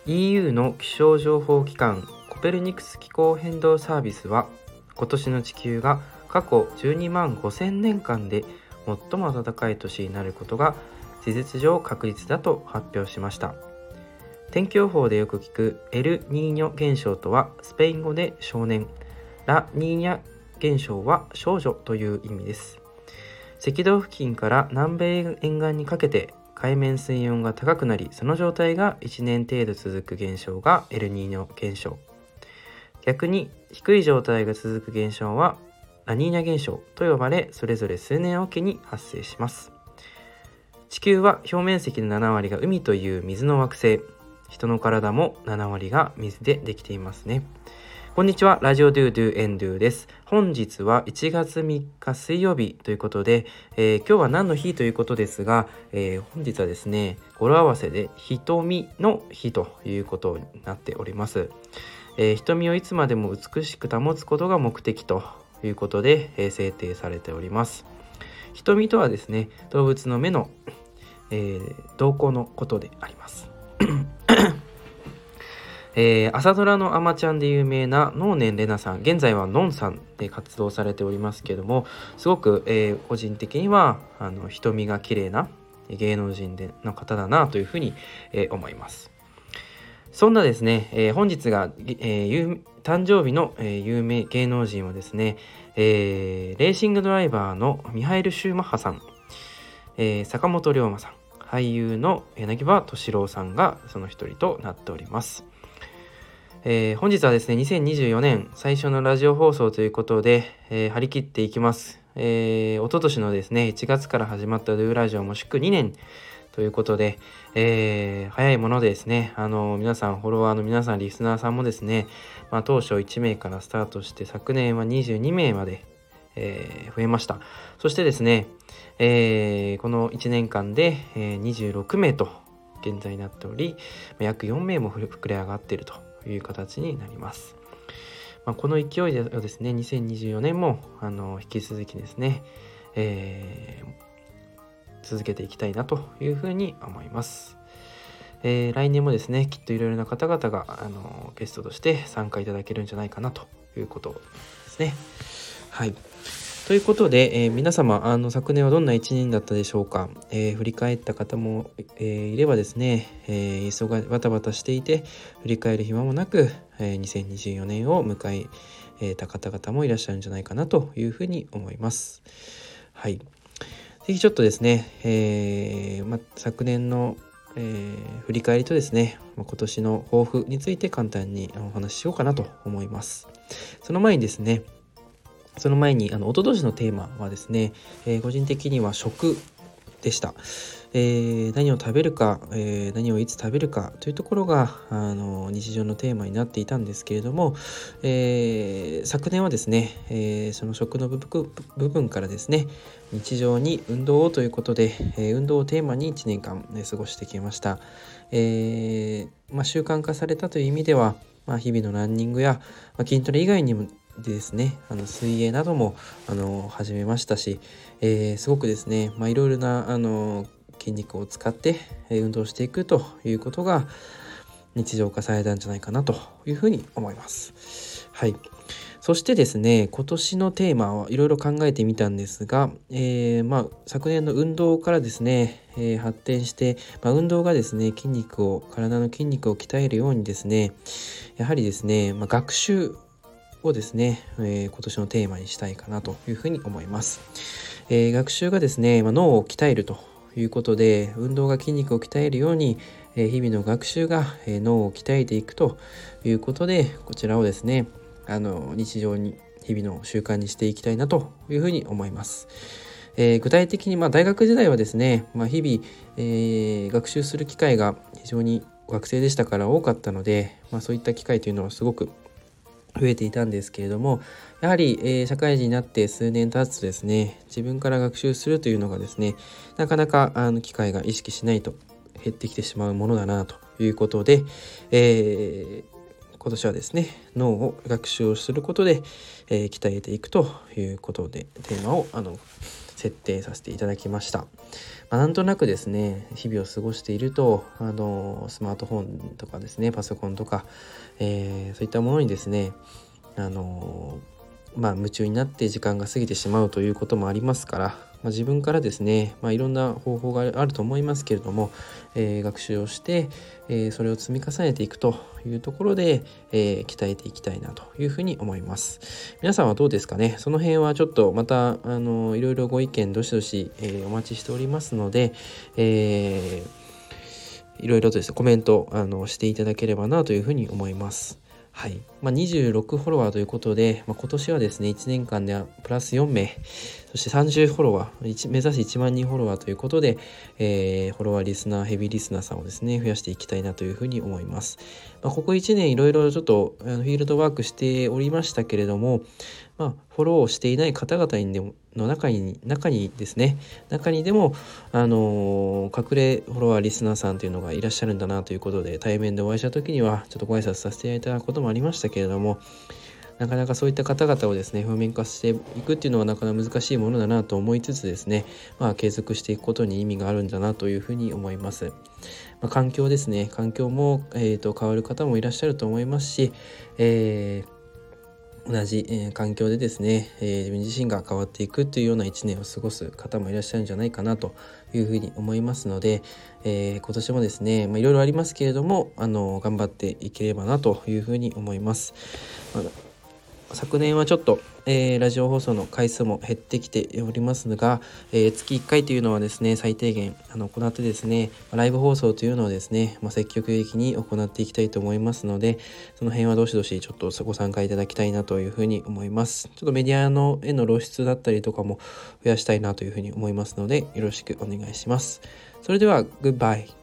EU の気象情報機関コペルニクス気候変動サービスは、今年の地球が過去12万5000年間で最も暖かい年になることが事実上確実だと発表しました。天気予報でよく聞くエルニーニョ現象とはスペイン語で少年、ラニーニャ現象は少女という意味です。赤道付近から南米沿岸にかけて海面水温が高くなり、その状態が1年程度続く現象がエルニーニョ現象。逆に低い状態が続く現象はラニーニャ現象と呼ばれ、それぞれ数年おきに発生します。地球は表面積の7割が海という水の惑星。人の体も7割が水でできていますね。こんにちは、ラジオドゥドゥエンドゥです。本日は1月3日水曜日ということで、今日は何の日ということですが、本日はですね、語呂合わせで瞳の日ということになっております。瞳をいつまでも美しく保つことが目的ということで、制定されております。瞳とはですね、動物の目の、瞳孔のことであります。朝ドラのあまちゃんで有名な能年玲奈さん、現在はのんさんで活動されておりますけれども、すごく、個人的には瞳が綺麗な芸能人の方だなというふうに、思います。そんなですね、本日が、誕生日の、有名芸能人はですね、レーシングドライバーのミハエル・シューマッハさん、坂本龍馬さん、俳優の柳葉敏郎さんがその一人となっております。本日はですね、2024年最初のラジオ放送ということで、張り切っていきます。一昨年のですね、1月から始まったドゥラジオも祝2年ということで、早いものでですね、皆さん、フォロワーの皆さん、リスナーさんもですね、当初1名からスタートして、昨年は22名まで、増えました。そしてですね、この1年間で、26名と現在になっており、約4名も膨れ上がっているという形になります。この勢いでですね、2024年も引き続きですね、続けていきたいなというふうに思います。来年もですね、きっといろいろな方々がゲストとして参加いただけるんじゃないかなということですね。はい。ということで、皆様昨年はどんな1年だったでしょうか。振り返った方も、いればですね、バタバタしていて振り返る暇もなく、2024年を迎えた方々もいらっしゃるんじゃないかなというふうに思います。はい。ぜひちょっとですね、昨年の、振り返りとですね、今年の抱負について簡単にお話ししようかなと思います。その前に一昨年のテーマはですね、個人的には食でした。何を食べるか、何をいつ食べるかというところが日常のテーマになっていたんですけれども、昨年はですね、その食の部分からですね、日常に運動をということで、運動をテーマに1年間、過ごしてきました。習慣化されたという意味では、日々のランニングや、筋トレ以外にもですね、水泳なども始めましたし、すごくですね、いろいろな筋肉を使って運動していくということが日常化されたんじゃないかなというふうに思います。はい。そしてですね、今年のテーマはいろいろ考えてみたんですが、昨年の運動からですね、発展して、運動がですね、体の筋肉を鍛えるようにですね、やはりですね、学習をですね、今年のテーマにしたいかなというふうに思います。学習がですね、脳を鍛えるということで、運動が筋肉を鍛えるように、日々の学習が、脳を鍛えていくということで、こちらをですね、日常に日々の習慣にしていきたいなというふうに思います。具体的に大学時代はですね、日々、学習する機会が非常に学生でしたから多かったので、そういった機会というのはすごく増えていたんですけれども、やはり、社会人になって数年経つとですね、自分から学習するというのがですね、なかなか機会が意識しないと減ってきてしまうものだなということで、今年はですね、脳を学習をすることで、鍛えていくということでテーマを設定させていただきました。なんとなくですね日々を過ごしているとスマートフォンとかですねパソコンとか、そういったものにですね夢中になって時間が過ぎてしまうということもありますから、自分からですね、いろんな方法があると思いますけれども、学習をして、それを積み重ねていくというところで、鍛えていきたいなというふうに思います。皆さんはどうですかね。その辺はちょっとまたいろいろご意見どしどし、お待ちしておりますので、いろいろとですねコメントしていただければなというふうに思います。はい。26フォロワーということで、今年はですね、1年間ではプラス4名、そして30フォロワー、目指し1万人フォロワーということで、フォロワーリスナー、ヘビーリスナーさんをですね、増やしていきたいなというふうに思います。ここ1年いろいろちょっとフィールドワークしておりましたけれども、フォローしていない方々の中にですね、中にでも、隠れフォロワーリスナーさんというのがいらっしゃるんだなということで、対面でお会いした時にはちょっとご挨拶させていただいたこともありましたけれども、なかなかそういった方々をですね表面化していくっていうのはなかなか難しいものだなと思いつつですね、継続していくことに意味があるんだなというふうに思います。環境ですね、環境も、変わる方もいらっしゃると思いますし、同じ、環境でですね、自分自身が変わっていくというような1年を過ごす方もいらっしゃるんじゃないかなというふうに思いますので、今年もですね、いろいろありますけれども頑張っていければなというふうに思います。昨年はちょっと、ラジオ放送の回数も減ってきておりますが、月1回というのはですね最低限行ってですねライブ放送というのをですね、積極的に行っていきたいと思いますので、その辺はどしどしちょっとご参加いただきたいなというふうに思います。ちょっとメディアへの露出だったりとかも増やしたいなというふうに思いますので、よろしくお願いします。それではグッバイ。